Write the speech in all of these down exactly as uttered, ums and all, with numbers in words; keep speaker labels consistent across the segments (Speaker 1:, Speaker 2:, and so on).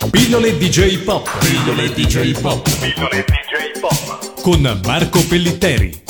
Speaker 1: Pillole D J Pop.
Speaker 2: Pillole D J Pop.
Speaker 1: Pillole D J Pop. Con Marco Pellitteri.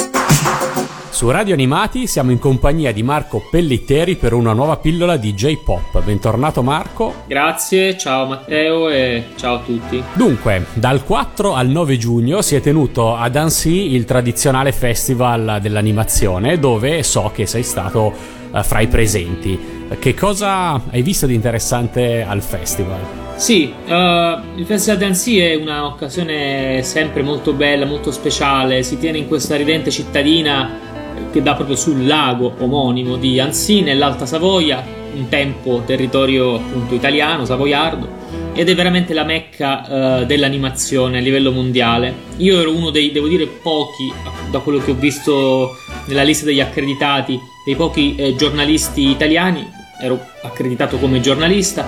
Speaker 3: Su Radio Animati siamo in compagnia di Marco Pellitteri per una nuova pillola D J Pop. Bentornato Marco.
Speaker 4: Grazie, ciao Matteo e ciao a tutti.
Speaker 3: Dunque, dal quattro al nove giugno si è tenuto ad Annecy il tradizionale festival dell'animazione, dove so che sei stato uh, fra i presenti. Che cosa hai visto di interessante al festival?
Speaker 4: Sì, uh, il Festival d'Annecy è un'occasione sempre molto bella, molto speciale. Si tiene in questa ridente cittadina che dà proprio sul lago omonimo di Annecy, nell'Alta Savoia, un tempo territorio appunto italiano, savoiardo, ed è veramente la mecca uh, dell'animazione a livello mondiale. Io ero uno dei, devo dire, pochi, da quello che ho visto nella lista degli accreditati, dei pochi eh, giornalisti italiani. Ero accreditato come giornalista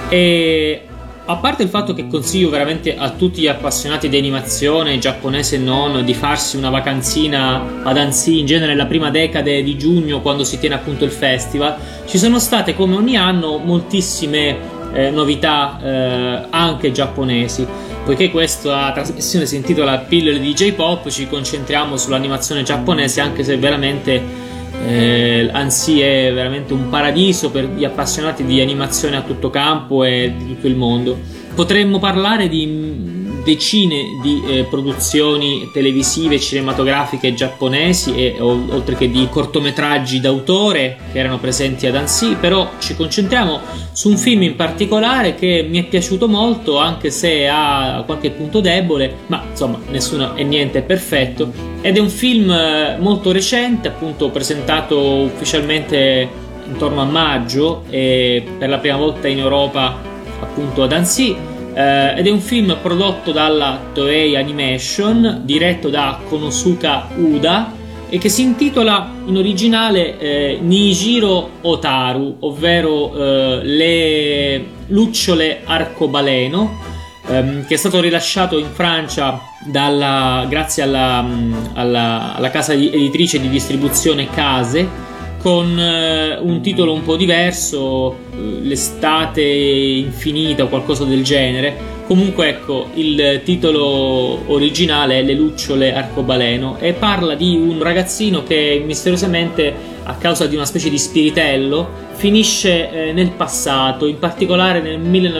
Speaker 4: e, a parte il fatto che consiglio veramente a tutti gli appassionati di animazione giapponese e non di farsi una vacanzina ad Annecy, in genere la prima decade di giugno, quando si tiene appunto il festival, ci sono state come ogni anno moltissime eh, novità eh, anche giapponesi. Poiché questa trasmissione si intitola Pillole di D J Pop, ci concentriamo sull'animazione giapponese, anche se veramente Eh, Annecy è veramente un paradiso per gli appassionati di animazione a tutto campo e di tutto il mondo. Potremmo parlare di decine di eh, produzioni televisive e cinematografiche giapponesi e o, oltre che di cortometraggi d'autore che erano presenti ad Annecy, però ci concentriamo su un film in particolare che mi è piaciuto molto, anche se ha qualche punto debole, ma insomma nessuno e niente è perfetto, ed è un film molto recente, appunto presentato ufficialmente intorno a maggio e per la prima volta in Europa appunto ad Annecy. Uh, ed è un film prodotto dalla Toei Animation, diretto da Konosuke Uda, e che si intitola in originale eh, Nijiro Otaru, ovvero eh, Le lucciole arcobaleno, ehm, che è stato rilasciato in Francia dalla, grazie alla, alla, alla casa editrice di distribuzione Case, con eh, un titolo un po' diverso, eh, L'estate infinita o qualcosa del genere. Comunque ecco, il titolo originale è Le lucciole arcobaleno e parla di un ragazzino che misteriosamente, a causa di una specie di spiritello, finisce eh, nel passato, in particolare nel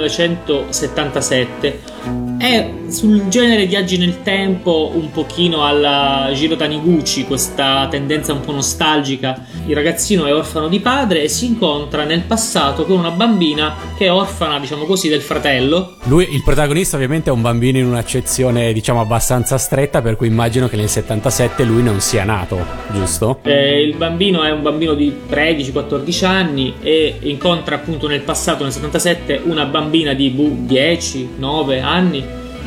Speaker 4: millenovecentosettantasette. È sul genere viaggi nel tempo, un pochino alla Jiro Taniguchi, questa tendenza un po' nostalgica. Il ragazzino è orfano di padre e si incontra nel passato con una bambina che è orfana, diciamo così, del fratello.
Speaker 3: Lui, il protagonista, ovviamente è un bambino in un'accezione, diciamo, abbastanza stretta, per cui immagino che nel settantasette lui non sia nato, giusto?
Speaker 4: Eh, il bambino è un bambino di tredici quattordici anni e incontra appunto nel passato, nel settantasette, una bambina di dieci nove anni.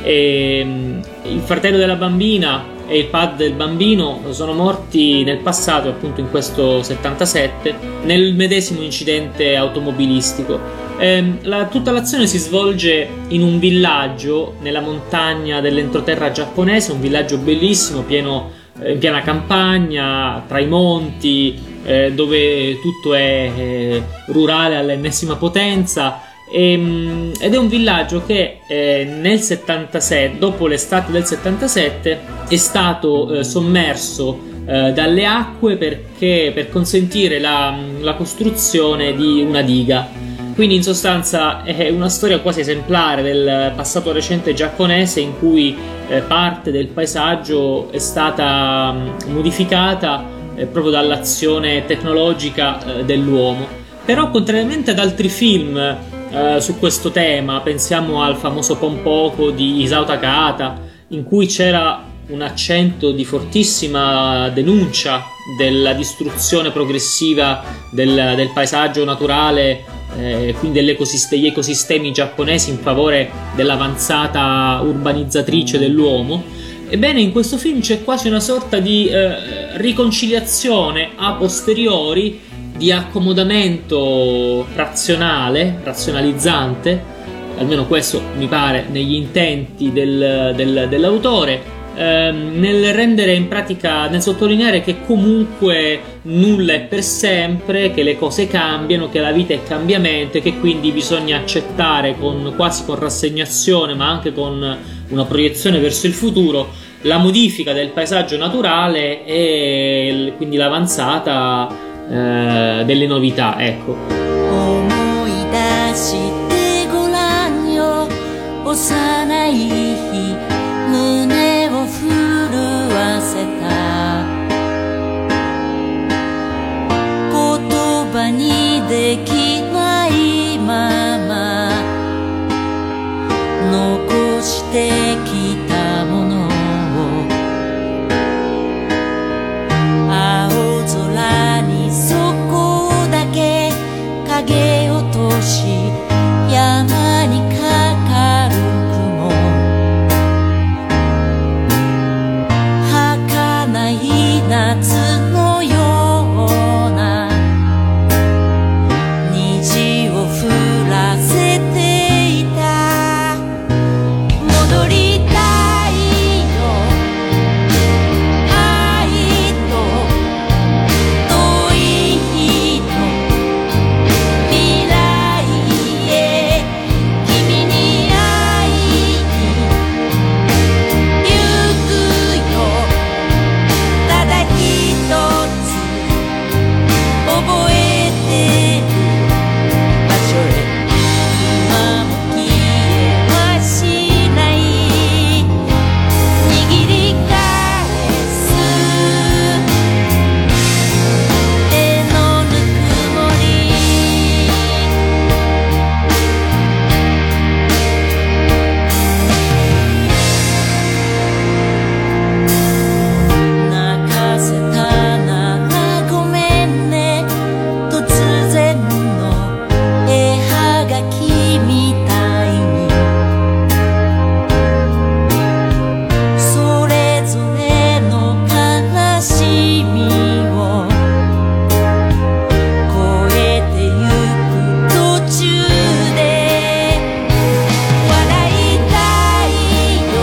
Speaker 4: E il fratello della bambina e il padre del bambino sono morti nel passato, appunto in questo settantasette, nel medesimo incidente automobilistico. E la, tutta l'azione si svolge in un villaggio nella montagna dell'entroterra giapponese, un villaggio bellissimo, pieno, eh, in piena campagna, tra i monti, eh, dove tutto è eh, rurale all'ennesima potenza. E, ed è un villaggio che eh, nel settantasette, dopo l'estate del settantasette, è stato eh, sommerso eh, dalle acque perché, per consentire la, la costruzione di una diga. Quindi in sostanza è una storia quasi esemplare del passato recente giapponese, in cui eh, parte del paesaggio è stata mh, modificata eh, proprio dall'azione tecnologica eh, dell'uomo. Però, contrariamente ad altri film Uh, su questo tema, pensiamo al famoso Pompoko di Isao Takahata, in cui c'era un accento di fortissima denuncia della distruzione progressiva del, del paesaggio naturale, eh, quindi degli ecosistemi, ecosistemi giapponesi in favore dell'avanzata urbanizzatrice dell'uomo. Ebbene, in questo film c'è quasi una sorta di eh, riconciliazione a posteriori, di accomodamento razionale, razionalizzante, almeno questo mi pare negli intenti del, del, dell'autore, ehm, nel rendere in pratica, nel sottolineare che comunque nulla è per sempre, che le cose cambiano, che la vita è cambiamento e che quindi bisogna accettare con, quasi con rassegnazione, ma anche con una proiezione verso il futuro, la modifica del paesaggio naturale e quindi l'avanzata eh, delle novità, ecco.
Speaker 2: 幼い日胸を震わせた言葉にできないまま残してきたものを青空にそこだけ影落とし山にかかる雲儚い夏のような虹を降らせていた戻りたいよ愛と遠い日と未来へ君に会いに行くよただ一つ覚えてる場所へ今も消えはしない握り返す手のぬくもり泣かせたならごめんね突然の絵はがきみたいにそれぞれの悲しみを越えてゆく途中で笑いたいよ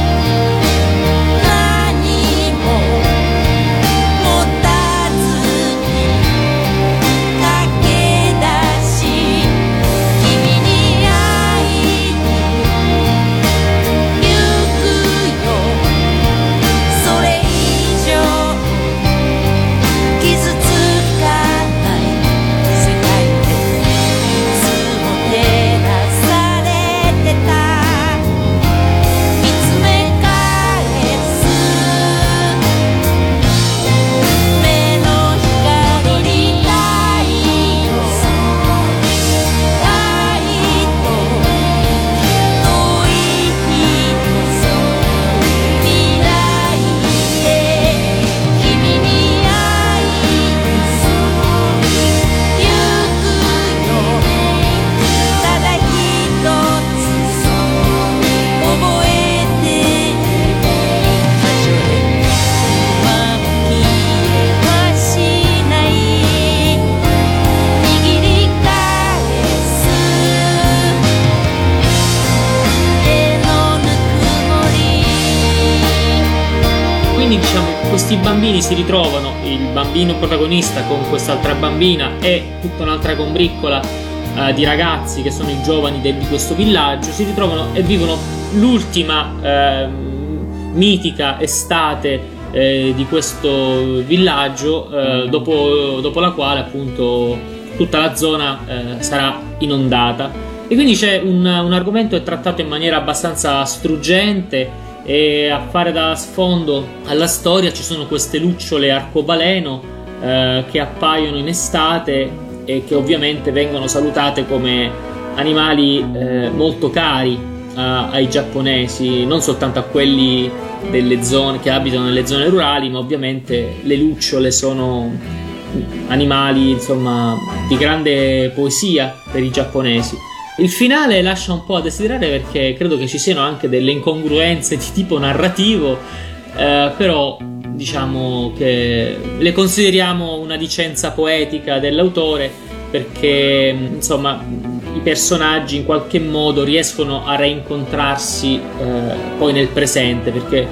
Speaker 2: 何も持たずに駆け出し君に会いに行くよそれ以上傷つかない世界でいつも照らされてた見つめ返す目の光にたいよ愛と遠い日と未来へ君に会いに行くよただ一つ覚えてる場所へ今も消えはしない握り返す手のぬくもり
Speaker 4: Quindi diciamo questi bambini si ritrovano, il bambino protagonista con quest'altra bambina e tutta un'altra combriccola eh, di ragazzi che sono i giovani de- di questo villaggio, si ritrovano e vivono l'ultima ehm, mitica estate eh, di questo villaggio, eh, dopo, dopo la quale appunto tutta la zona eh, sarà inondata. E quindi c'è un, un argomento che è trattato in maniera abbastanza struggente, e a fare da sfondo alla storia ci sono queste lucciole arcobaleno eh, che appaiono in estate e che ovviamente vengono salutate come animali eh, molto cari a, ai giapponesi, non soltanto a quelli delle zone che abitano nelle zone rurali, ma ovviamente le lucciole sono animali, insomma, di grande poesia per i giapponesi. Il finale lascia un po' a desiderare perché credo che ci siano anche delle incongruenze di tipo narrativo, eh, però diciamo che le consideriamo una licenza poetica dell'autore, perché insomma i personaggi in qualche modo riescono a reincontrarsi eh, poi nel presente, perché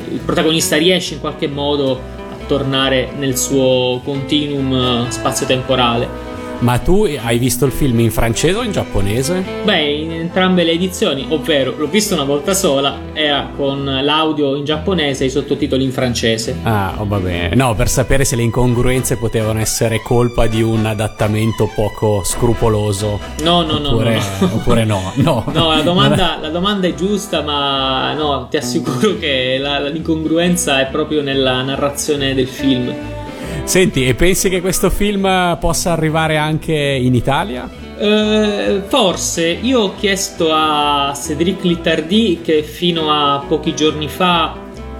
Speaker 4: il protagonista riesce in qualche modo a tornare nel suo continuum spazio-temporale.
Speaker 3: Ma tu hai visto il film in francese o in giapponese?
Speaker 4: Beh, in entrambe le edizioni, ovvero l'ho visto una volta sola, era con l'audio in giapponese e i sottotitoli in francese.
Speaker 3: Ah, oh, va bene. No, per sapere se le incongruenze potevano essere colpa di un adattamento poco scrupoloso.
Speaker 4: No, no, no.
Speaker 3: Oppure
Speaker 4: no, no.
Speaker 3: Oppure no. No,
Speaker 4: no la, domanda, la domanda è giusta, ma no, ti assicuro che la, l'incongruenza è proprio nella narrazione del film.
Speaker 3: Senti, e pensi che questo film possa arrivare anche in Italia?
Speaker 4: Eh, forse. Io ho chiesto a Cédric Littardi, che fino a pochi giorni fa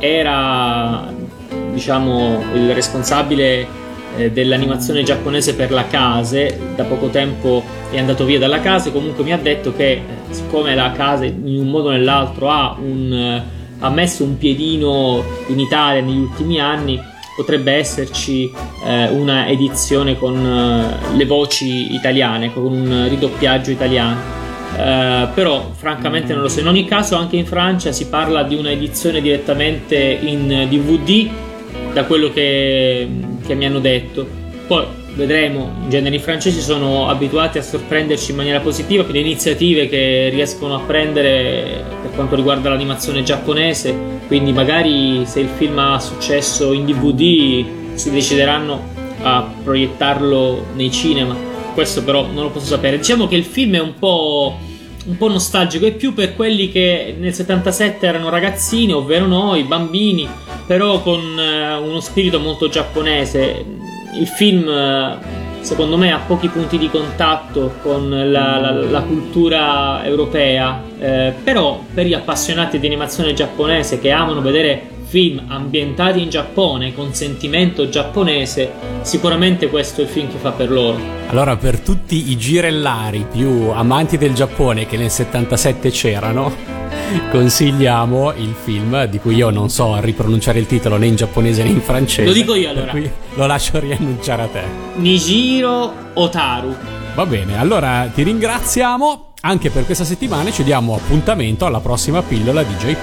Speaker 4: era, diciamo, il responsabile eh, dell'animazione giapponese per la Case. Da poco tempo è andato via dalla Case. Comunque mi ha detto che, siccome la Case in un modo o nell'altro ha, un, ha messo un piedino in Italia negli ultimi anni, potrebbe esserci eh, una edizione con eh, le voci italiane, con un ridoppiaggio italiano, eh, però francamente non lo so. In ogni caso anche in Francia si parla di una edizione direttamente in D V D, da quello che, che mi hanno detto. Poi vedremo. In genere i francesi sono abituati a sorprenderci in maniera positiva per le iniziative che riescono a prendere per quanto riguarda l'animazione giapponese, quindi magari se il film ha successo in D V D si decideranno a proiettarlo nei cinema. Questo però non lo posso sapere. Diciamo che il film è un po' un po' nostalgico, è più per quelli che nel settantasette erano ragazzini, ovvero noi, bambini, però con eh, uno spirito molto giapponese. Il film, secondo me, ha pochi punti di contatto con la, la, la cultura europea, eh, però per gli appassionati di animazione giapponese che amano vedere film ambientati in Giappone con sentimento giapponese, sicuramente questo è il film che fa per loro.
Speaker 3: Allora, per tutti i girellari più amanti del Giappone che nel settantasette c'erano, consigliamo il film di cui io non so ripronunciare il titolo né in giapponese né in francese.
Speaker 4: Lo dico io allora.
Speaker 3: Per cui lo lascio riannunciare a te.
Speaker 4: Nijiro Otaru.
Speaker 3: Va bene, allora ti ringraziamo anche per questa settimana e ci diamo appuntamento alla prossima pillola D J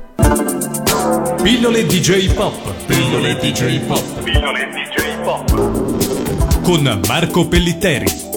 Speaker 3: Pop.
Speaker 1: Pillole D J Pop. Pillole D J Pop. Pillole D J Pop. Con Marco Pellitteri.